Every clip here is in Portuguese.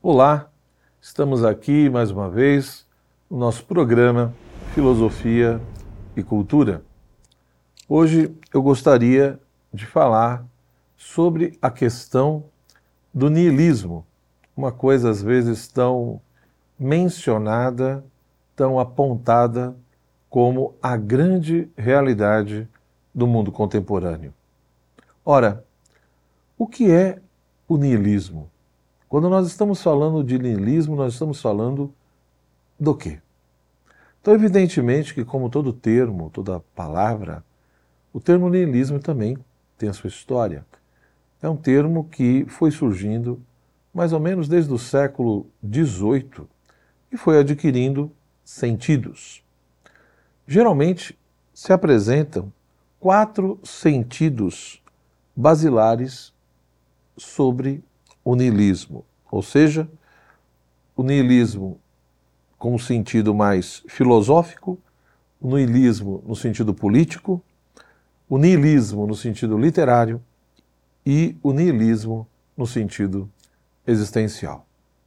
Olá, estamos aqui mais uma vez no nosso programa Filosofia e Cultura. Hoje eu gostaria de falar sobre a questão do niilismo, uma coisa às vezes tão mencionada, tão apontada como a grande realidade do mundo contemporâneo. Ora, o que é o niilismo? Quando nós estamos falando de niilismo, nós estamos falando do quê? Então, evidentemente que, como todo termo, toda palavra, o termo niilismo também tem a sua história. É um termo que foi surgindo mais ou menos desde o século XVIII e foi adquirindo sentidos. Geralmente se apresentam 4 sentidos basilares sobre o niilismo, ou seja, o niilismo com um sentido mais filosófico, o niilismo no sentido político, o niilismo no sentido literário e o niilismo no sentido existencial.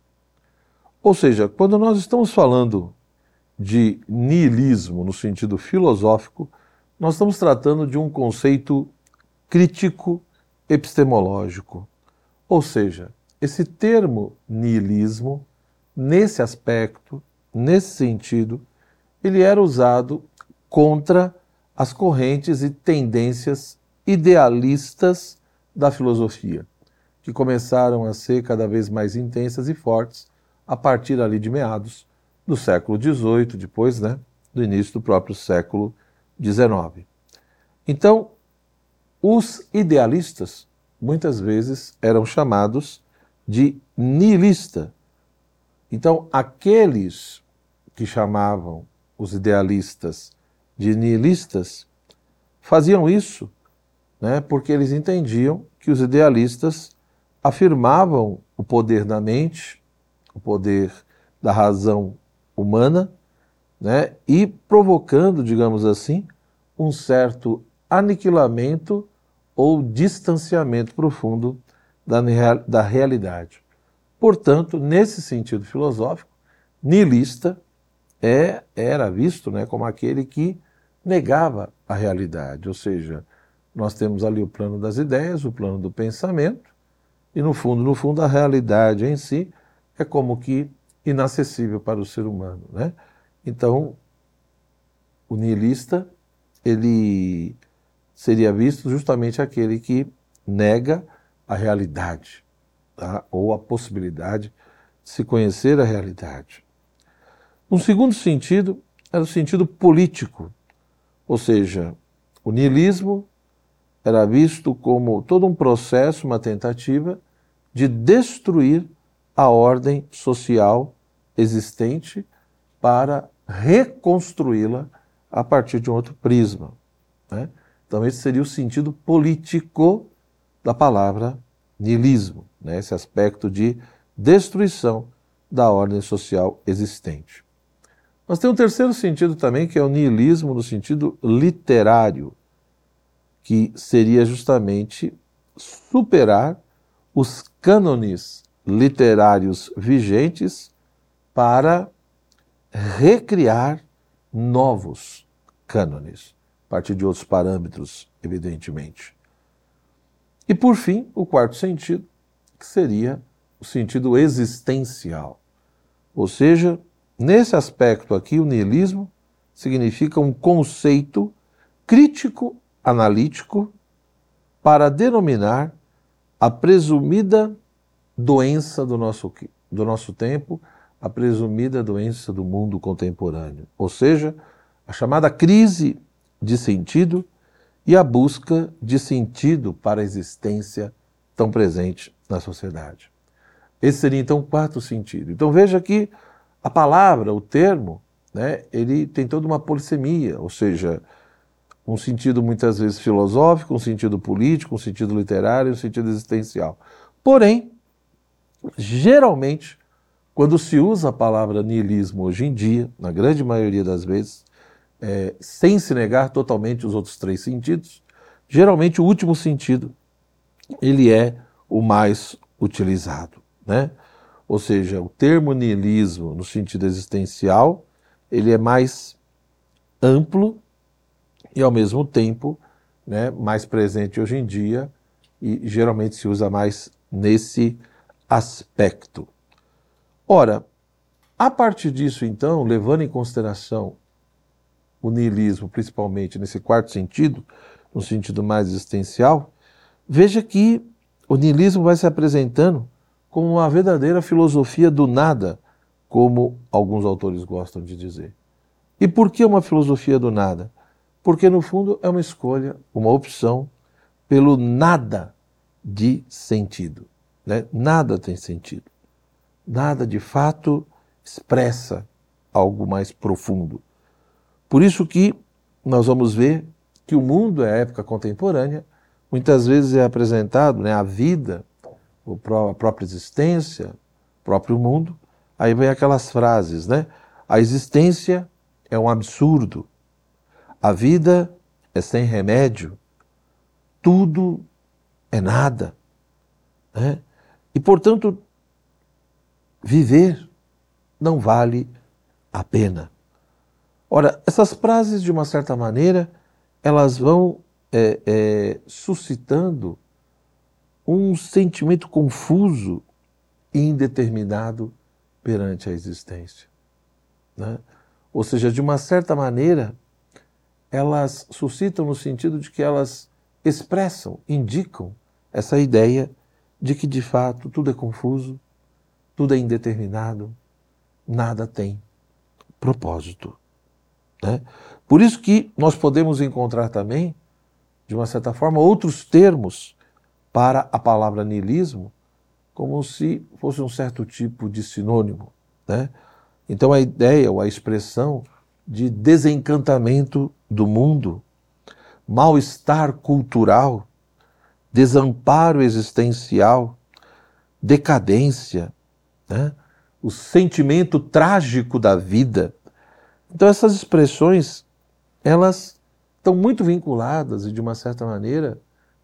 Ou seja, quando nós estamos falando de niilismo no sentido filosófico, nós estamos tratando de um conceito crítico epistemológico. Ou seja, esse termo niilismo, nesse aspecto, nesse sentido, ele era usado contra as correntes e tendências idealistas da filosofia, que começaram a ser cada vez mais intensas e fortes a partir ali de meados do século XVIII, depois, do início do próprio século XIX. Então, os idealistas muitas vezes eram chamados de niilista. Então, aqueles que chamavam os idealistas de niilistas faziam isso, porque eles entendiam que os idealistas afirmavam o poder da mente, o poder da razão humana, e provocando, digamos assim, um certo aniquilamento ou distanciamento profundo da realidade. Portanto, nesse sentido filosófico, niilista era visto como aquele que negava a realidade, ou seja, nós temos ali o plano das ideias, o plano do pensamento, e no fundo, a realidade em si é como que inacessível para o ser humano, Então, o niilista, ele seria visto justamente aquele que nega a realidade, ou a possibilidade de se conhecer a realidade. Um segundo sentido era o sentido político, ou seja, o niilismo era visto como todo um processo, uma tentativa de destruir a ordem social existente para reconstruí-la a partir de um outro prisma. Então esse seria o sentido político da palavra niilismo, esse aspecto de destruição da ordem social existente. Nós temos um terceiro sentido também, que é o niilismo no sentido literário, que seria justamente superar os cânones literários vigentes para recriar novos cânones, a partir de outros parâmetros, evidentemente. E, por fim, o quarto sentido, que seria o sentido existencial. Ou seja, nesse aspecto aqui, o niilismo significa um conceito crítico analítico para denominar a presumida doença do nosso tempo, a presumida doença do mundo contemporâneo. Ou seja, a chamada crise de sentido e a busca de sentido para a existência tão presente na sociedade. Esse seria então o quarto sentido. Então veja que a palavra, o termo, ele tem toda uma polissemia, ou seja, um sentido muitas vezes filosófico, um sentido político, um sentido literário, um sentido existencial. Porém, geralmente, quando se usa a palavra niilismo hoje em dia, na grande maioria das vezes, sem se negar totalmente os outros 3 sentidos, geralmente o último sentido ele é o mais utilizado. Ou seja, o termo niilismo, no sentido existencial, ele é mais amplo e, ao mesmo tempo, né, mais presente hoje em dia e geralmente se usa mais nesse aspecto. Ora, a partir disso, então, levando em consideração o niilismo, principalmente nesse quarto sentido, no sentido mais existencial, veja que o niilismo vai se apresentando como uma verdadeira filosofia do nada, como alguns autores gostam de dizer. E por que uma filosofia do nada? Porque, no fundo, é uma escolha, uma opção pelo nada de sentido. Né? Nada tem sentido. Nada, de fato, expressa algo mais profundo. Por isso que nós vamos ver que o mundo, a época contemporânea, muitas vezes é apresentado, né, a vida, a própria existência, o próprio mundo, aí vem aquelas frases, né? A existência é um absurdo, a vida é sem remédio, tudo é nada, né? E, portanto, viver não vale a pena. Ora, essas frases, de uma certa maneira, elas vão suscitando um sentimento confuso e indeterminado perante a existência. Né? Ou seja, de uma certa maneira, elas suscitam no sentido de que elas expressam, indicam essa ideia de que, de fato, tudo é confuso, tudo é indeterminado, nada tem propósito. Né? Por isso que nós podemos encontrar também, de uma certa forma, outros termos para a palavra niilismo, como se fosse um certo tipo de sinônimo. Né? Então a ideia ou a expressão de desencantamento do mundo, mal-estar cultural, desamparo existencial, decadência, né? O sentimento trágico da vida. Então essas expressões, elas estão muito vinculadas e, de uma certa maneira,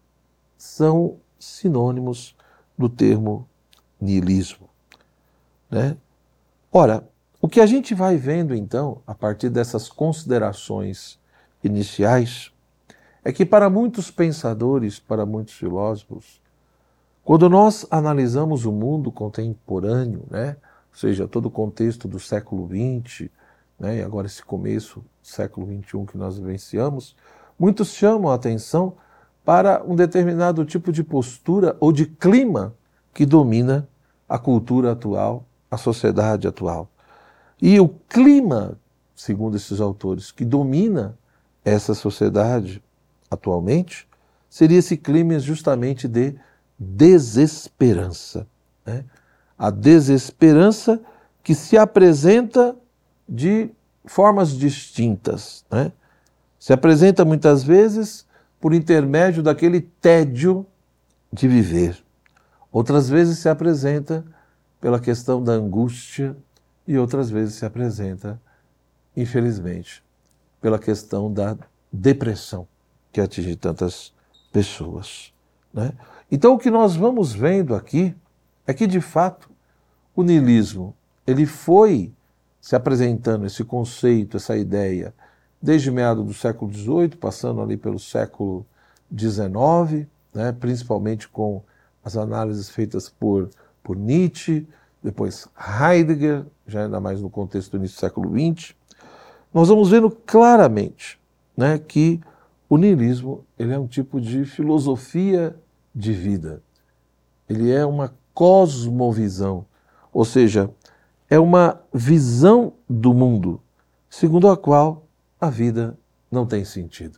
são sinônimos do termo niilismo. Né? Ora, o que a gente vai vendo, então, a partir dessas considerações iniciais, é que para muitos pensadores, para muitos filósofos, quando nós analisamos o mundo contemporâneo, né, ou seja, todo o contexto do século XX, né, e agora esse começo do século XXI que nós vivenciamos, muitos chamam a atenção para um determinado tipo de postura ou de clima que domina a cultura atual, a sociedade atual. E o clima, segundo esses autores, que domina essa sociedade atualmente, seria esse clima justamente de desesperança. Né? A desesperança que se apresenta de formas distintas. Né? Se apresenta muitas vezes por intermédio daquele tédio de viver. Outras vezes se apresenta pela questão da angústia e outras vezes se apresenta, infelizmente, pela questão da depressão que atinge tantas pessoas. Né? Então o que nós vamos vendo aqui é que, de fato, o niilismo ele foi se apresentando, esse conceito, essa ideia, desde meados do século XVIII, passando ali pelo século XIX, né, principalmente com as análises feitas por Nietzsche, depois Heidegger, já ainda mais no contexto do início do século XX, nós vamos vendo claramente, né, que o niilismo ele é um tipo de filosofia de vida. Ele é uma cosmovisão, ou seja, é uma visão do mundo segundo a qual a vida não tem sentido.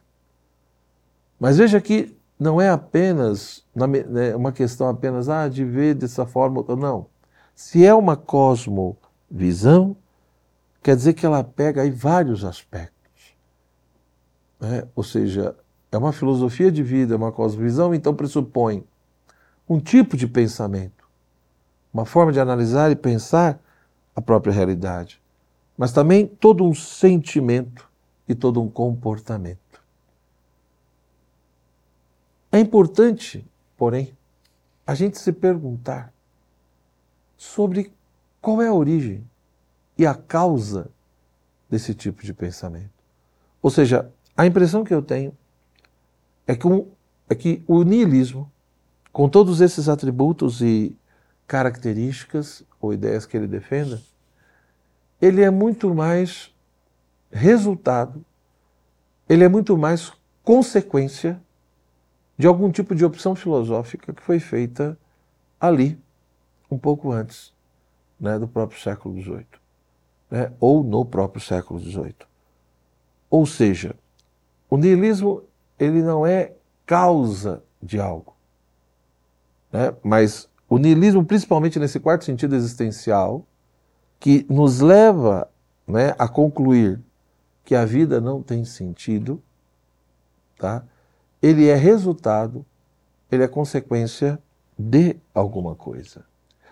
Mas veja que não é apenas uma questão apenas de ver dessa forma, não. Se é uma cosmovisão, quer dizer que ela pega aí vários aspectos. Né? Ou seja, é uma filosofia de vida, é uma cosmovisão, então pressupõe um tipo de pensamento, uma forma de analisar e pensar a própria realidade, mas também todo um sentimento e todo um comportamento. É importante, porém, a gente se perguntar sobre qual é a origem e a causa desse tipo de pensamento. Ou seja, a impressão que eu tenho é que o niilismo, com todos esses atributos e características ou ideias que ele defenda, ele é muito mais resultado, ele é muito mais consequência de algum tipo de opção filosófica que foi feita ali, um pouco antes, né, do próprio século XVIII, né, ou no próprio século XVIII. Ou seja, o niilismo ele não é causa de algo, né, mas o niilismo, principalmente nesse quarto sentido existencial, que nos leva, né, a concluir que a vida não tem sentido, tá? Ele é resultado, ele é consequência de alguma coisa.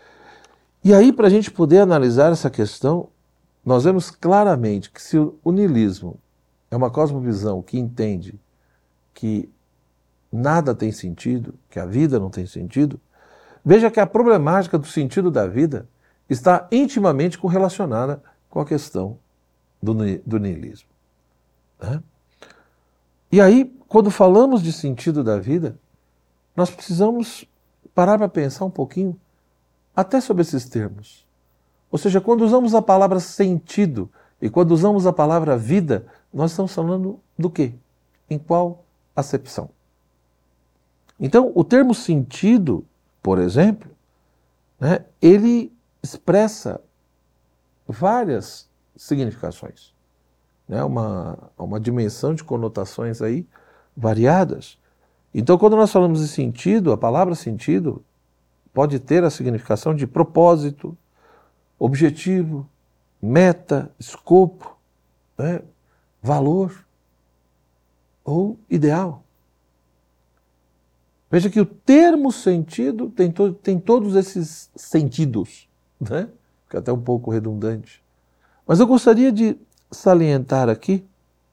E aí, para a gente poder analisar essa questão, nós vemos claramente que se o niilismo é uma cosmovisão que entende que nada tem sentido, que a vida não tem sentido, veja que a problemática do sentido da vida está intimamente correlacionada com a questão do niilismo, né? E aí, quando falamos de sentido da vida, nós precisamos parar para pensar um pouquinho até sobre esses termos. Ou seja, quando usamos a palavra sentido e quando usamos a palavra vida, nós estamos falando do quê? Em qual acepção? Então, o termo sentido, por exemplo, né, ele expressa várias significações, né, uma dimensão de conotações aí variadas. Então, quando nós falamos de sentido, a palavra sentido pode ter a significação de propósito, objetivo, meta, escopo, né, valor ou ideal. Veja que o termo sentido tem todos esses sentidos, né? Que é até um pouco redundante. Mas eu gostaria de salientar aqui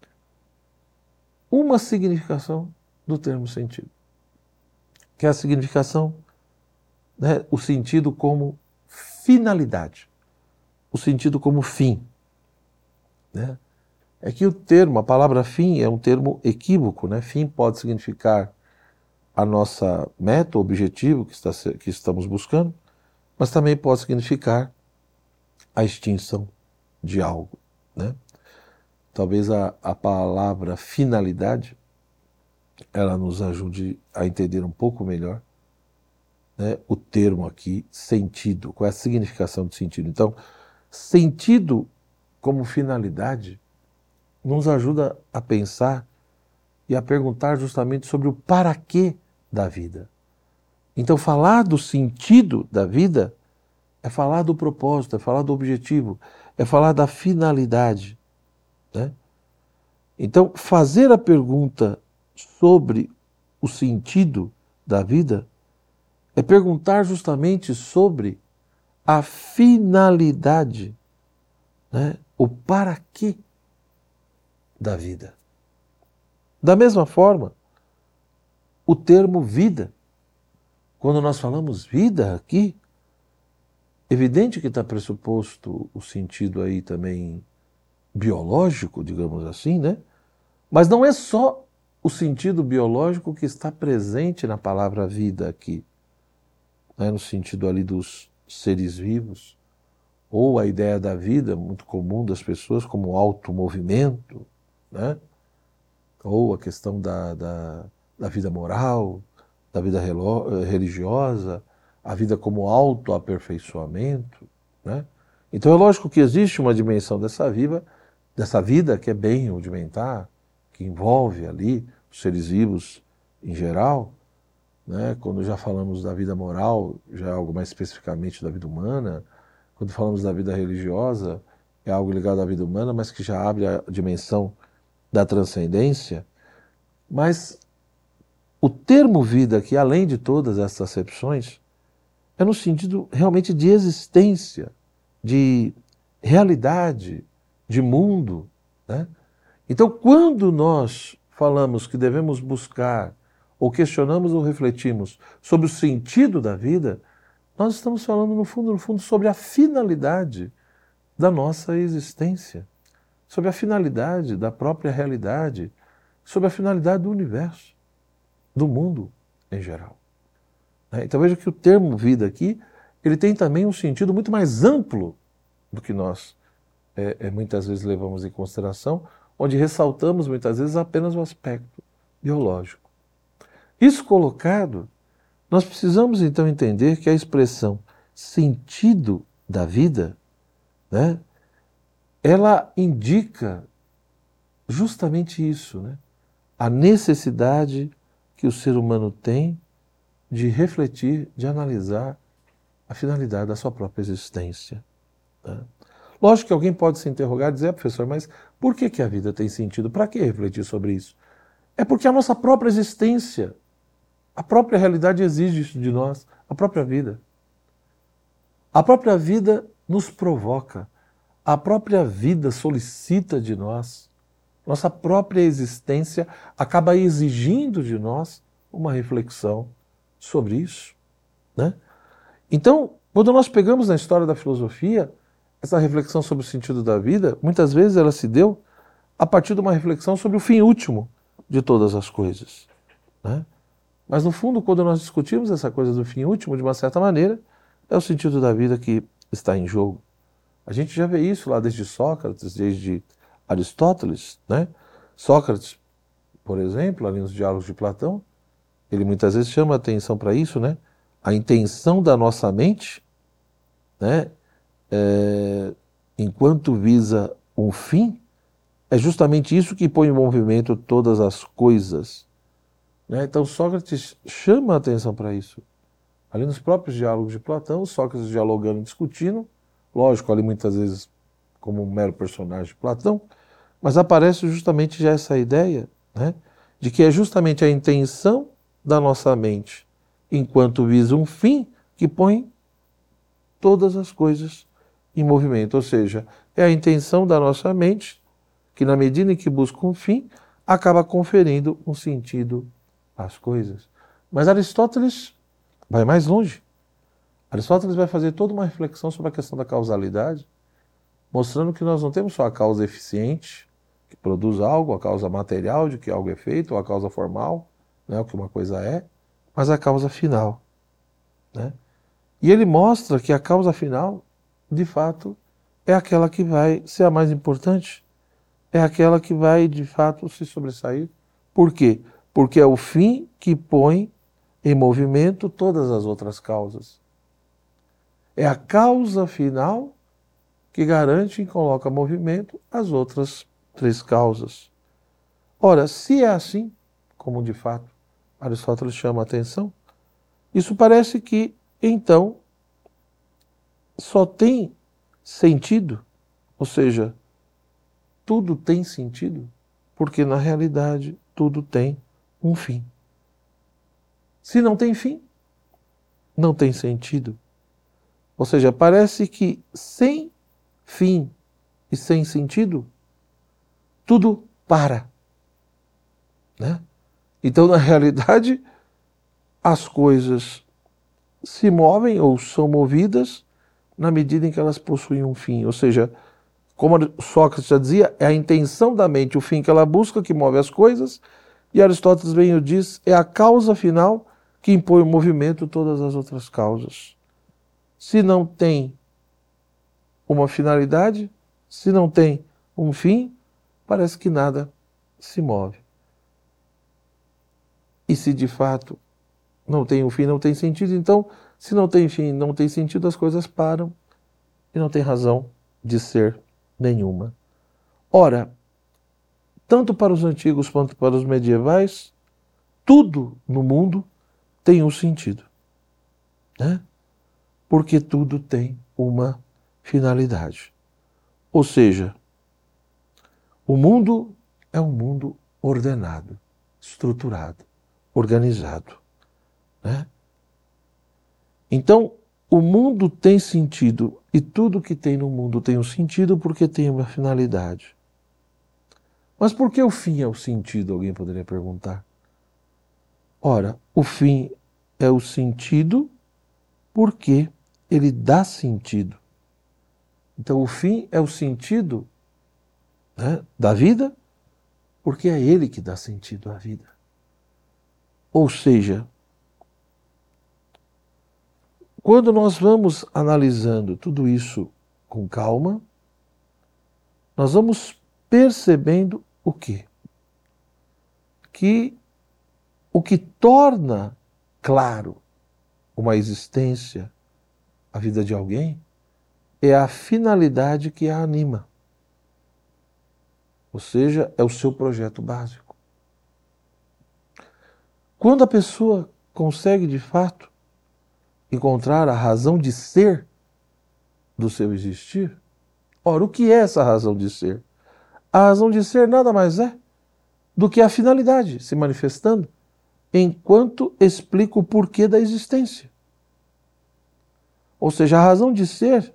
uma significação do termo sentido, que é a significação, né, o sentido como finalidade, o sentido como fim, né? É que o termo, a palavra fim é um termo equívoco, né? Fim pode significar a nossa meta, o objetivo que estamos buscando, mas também pode significar a extinção de algo, né? Talvez a palavra finalidade ela nos ajude a entender um pouco melhor, né, o termo aqui, sentido, qual é a significação do sentido. Então, sentido como finalidade nos ajuda a pensar e a perguntar justamente sobre o para quê da vida. Então, falar do sentido da vida é falar do propósito, é falar do objetivo, é falar da finalidade, né? Então, fazer a pergunta sobre o sentido da vida é perguntar justamente sobre a finalidade, né? O para quê da vida. Da mesma forma, o termo vida, quando nós falamos vida aqui, evidente que está pressuposto o sentido aí também biológico, digamos assim, né? Mas não é só o sentido biológico que está presente na palavra vida aqui, né? No sentido ali dos seres vivos, ou a ideia da vida, muito comum das pessoas, como automovimento, né? Ou a questão da vida moral, da vida religiosa, a vida como autoaperfeiçoamento, né? Então é lógico que existe uma dimensão dessa vida que é bem rudimentar, que envolve ali os seres vivos em geral, né? Quando já falamos da vida moral, já é algo mais especificamente da vida humana. Quando falamos da vida religiosa, é algo ligado à vida humana, mas que já abre a dimensão da transcendência. Mas o termo vida, que além de todas essas acepções, é no sentido realmente de existência, de realidade, de mundo, né? Então, quando nós falamos que devemos buscar, ou questionamos ou refletimos sobre o sentido da vida, Nós estamos falando, no fundo, sobre a finalidade da nossa existência, sobre a finalidade da própria realidade, sobre a finalidade do universo, do mundo em geral. Então veja que o termo vida aqui, ele tem também um sentido muito mais amplo do que nós muitas vezes levamos em consideração, onde ressaltamos muitas vezes apenas o aspecto biológico. Isso colocado, nós precisamos então entender que a expressão sentido da vida, né, ela indica justamente isso, né? A necessidade que o ser humano tem de refletir, de analisar a finalidade da sua própria existência. Né? Lógico que alguém pode se interrogar e dizer, professor, mas por que a vida tem sentido? Para que refletir sobre isso? É porque a nossa própria existência, a própria realidade exige isso de nós, a própria vida. A própria vida nos provoca, a própria vida solicita de nós, nossa própria existência acaba exigindo de nós uma reflexão sobre isso, né? Então, quando nós pegamos na história da filosofia, essa reflexão sobre o sentido da vida, muitas vezes ela se deu a partir de uma reflexão sobre o fim último de todas as coisas, né? Mas no fundo, quando nós discutimos essa coisa do fim último, de uma certa maneira, é o sentido da vida que está em jogo. A gente já vê isso lá desde Sócrates, desde Aristóteles, né? Sócrates, por exemplo, ali nos Diálogos de Platão, ele muitas vezes chama a atenção para isso, né? A intenção da nossa mente, né? Enquanto visa um fim, é justamente isso que põe em movimento todas as coisas. Né? Então Sócrates chama a atenção para isso. Ali nos próprios Diálogos de Platão, Sócrates dialogando e discutindo, lógico, ali muitas vezes como um mero personagem de Platão, mas aparece justamente já essa ideia, né, de que é justamente a intenção da nossa mente, enquanto visa um fim, que põe todas as coisas em movimento. Ou seja, é a intenção da nossa mente que, na medida em que busca um fim, acaba conferindo um sentido às coisas. Mas Aristóteles vai mais longe. Aristóteles vai fazer toda uma reflexão sobre a questão da causalidade, mostrando que nós não temos só a causa eficiente, que produz algo, a causa material de que algo é feito, ou a causa formal, né, o que uma coisa é, mas a causa final. Né? E ele mostra que a causa final, de fato, é aquela que vai ser a mais importante, é aquela que vai, de fato, se sobressair. Por quê? Porque é o fim que põe em movimento todas as outras causas. É a causa final que garante e coloca em movimento as outras três causas. Ora, se é assim, como de fato Aristóteles chama a atenção, isso parece que, então, só tem sentido, ou seja, tudo tem sentido, porque na realidade tudo tem um fim. Se não tem fim, não tem sentido. Ou seja, parece que sem fim e sem sentido, tudo para. Né? Então, na realidade, as coisas se movem ou são movidas na medida em que elas possuem um fim. Ou seja, como Sócrates já dizia, é a intenção da mente, o fim que ela busca, que move as coisas, e Aristóteles bem o diz, é a causa final que impõe o movimento todas as outras causas. Se não tem uma finalidade, se não tem um fim, parece que nada se move. E se de fato não tem um fim, não tem sentido, então, se não tem fim, não tem sentido, as coisas param e não tem razão de ser nenhuma. Ora, tanto para os antigos quanto para os medievais, tudo no mundo tem um sentido, né? Porque tudo tem uma finalidade. Ou seja, o mundo é um mundo ordenado, estruturado, organizado, né? Então, o mundo tem sentido e tudo que tem no mundo tem um sentido porque tem uma finalidade. Mas por que o fim é o sentido? Alguém poderia perguntar. Ora, o fim é o sentido porque ele dá sentido. Então o fim é o sentido, né, da vida, porque é ele que dá sentido à vida. Ou seja, quando nós vamos analisando tudo isso com calma, nós vamos percebendo o quê? Que o que torna claro uma existência, a vida de alguém, é a finalidade que a anima. Ou seja, é o seu projeto básico. Quando a pessoa consegue, de fato, encontrar a razão de ser do seu existir, ora, o que é essa razão de ser? A razão de ser nada mais é do que a finalidade se manifestando enquanto explica o porquê da existência. Ou seja, a razão de ser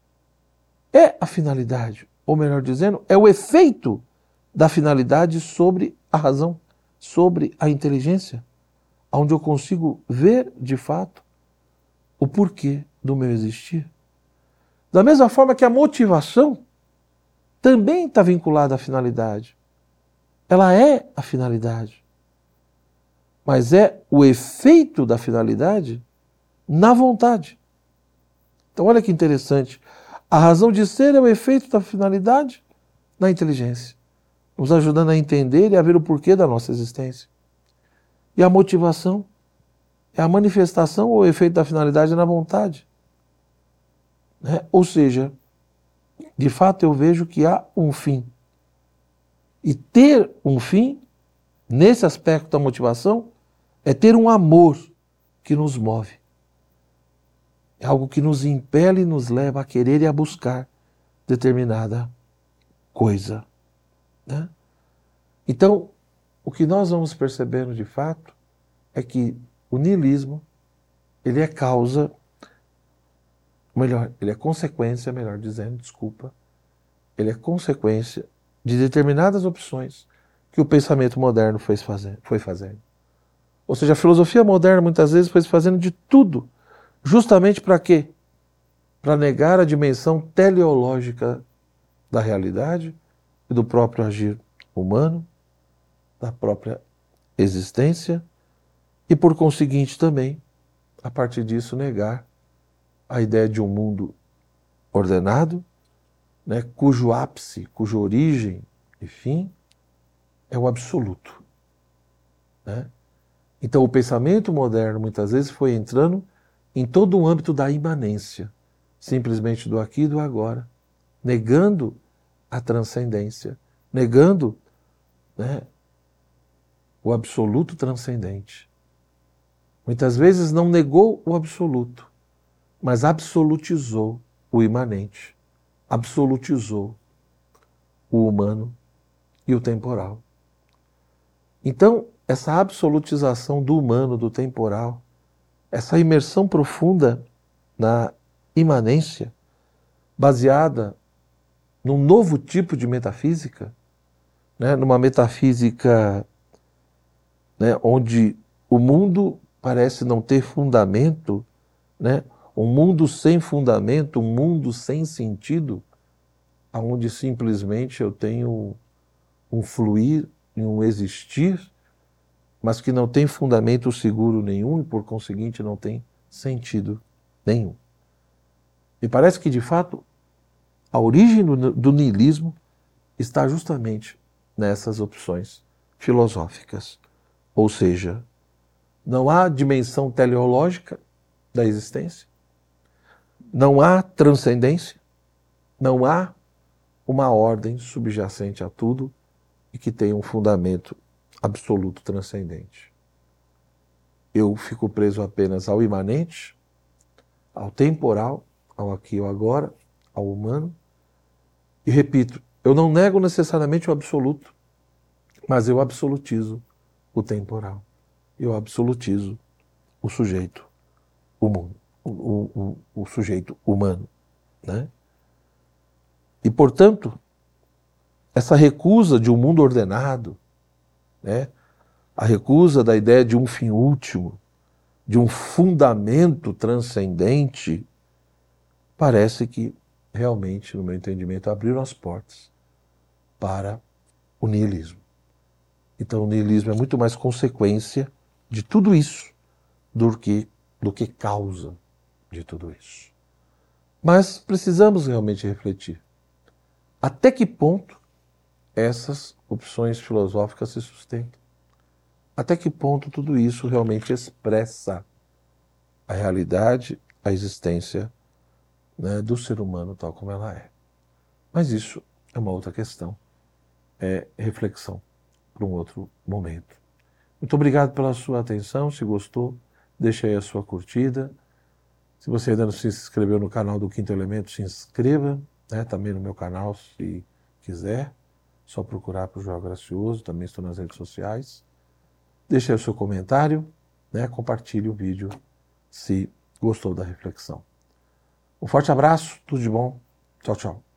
é a finalidade, ou melhor dizendo, é o efeito da finalidade sobre a razão, sobre a inteligência, onde eu consigo ver, de fato, o porquê do meu existir. Da mesma forma que a motivação também está vinculada à finalidade. Ela é a finalidade. Mas é o efeito da finalidade na vontade. Então olha que interessante. A razão de ser é o efeito da finalidade na inteligência, nos ajudando a entender e a ver o porquê da nossa existência. E a motivação é a manifestação ou o efeito da finalidade na vontade. Né? Ou seja, de fato eu vejo que há um fim. E ter um fim, nesse aspecto da motivação, é ter um amor que nos move. É algo que nos impele e nos leva a querer e a buscar determinada coisa. Né? Então, o que nós vamos percebendo de fato é que o niilismo, ele é causa, melhor, ele é consequência, melhor dizendo, desculpa, ele é consequência de determinadas opções que o pensamento moderno foi fazendo. Ou seja, a filosofia moderna muitas vezes foi fazendo de tudo, justamente para quê? Para negar a dimensão teleológica da realidade e do próprio agir humano, da própria existência, e por conseguinte também, a partir disso, negar a ideia de um mundo ordenado, né, cujo ápice, cuja origem e fim é o absoluto. Né? Então o pensamento moderno muitas vezes foi entrando em todo o âmbito da imanência, simplesmente do aqui e do agora, negando a transcendência, negando, né, o absoluto transcendente. Muitas vezes não negou o absoluto, mas absolutizou o imanente, absolutizou o humano e o temporal. Então, essa absolutização do humano, do temporal, essa imersão profunda na imanência, baseada num novo tipo de metafísica, né, numa metafísica, né, onde o mundo parece não ter fundamento, né, um mundo sem fundamento, um mundo sem sentido, onde simplesmente eu tenho um fluir e um existir, mas que não tem fundamento seguro nenhum e, por conseguinte, não tem sentido nenhum. E parece que, de fato, a origem do niilismo está justamente nessas opções filosóficas. Ou seja, não há dimensão teleológica da existência, não há transcendência, não há uma ordem subjacente a tudo e que tenha um fundamento absoluto transcendente. Eu fico preso apenas ao imanente, ao temporal, ao aqui e ao agora, ao humano. E repito, eu não nego necessariamente o absoluto, mas eu absolutizo o temporal. Eu absolutizo o sujeito humano, o sujeito humano, né? E, portanto, essa recusa de um mundo ordenado, né? A recusa da ideia de um fim último, de um fundamento transcendente, parece que realmente, no meu entendimento, abriram as portas para o niilismo. Então o niilismo é muito mais consequência de tudo isso do que causa de tudo isso. Mas precisamos realmente refletir. Até que ponto essas opções filosóficas se sustentam? Até que ponto tudo isso realmente expressa a realidade, a existência, né, do ser humano tal como ela é? Mas isso é uma outra questão, é reflexão para um outro momento. Muito obrigado pela sua atenção. Se gostou, deixe aí a sua curtida. Se você ainda não se inscreveu no canal do Quinto Elemento, se inscreva, né, também no meu canal, se quiser. Só procurar por Joel Gracioso, também estou nas redes sociais. Deixe aí o seu comentário, né, compartilhe o vídeo se gostou da reflexão. Um forte abraço, tudo de bom. Tchau, tchau.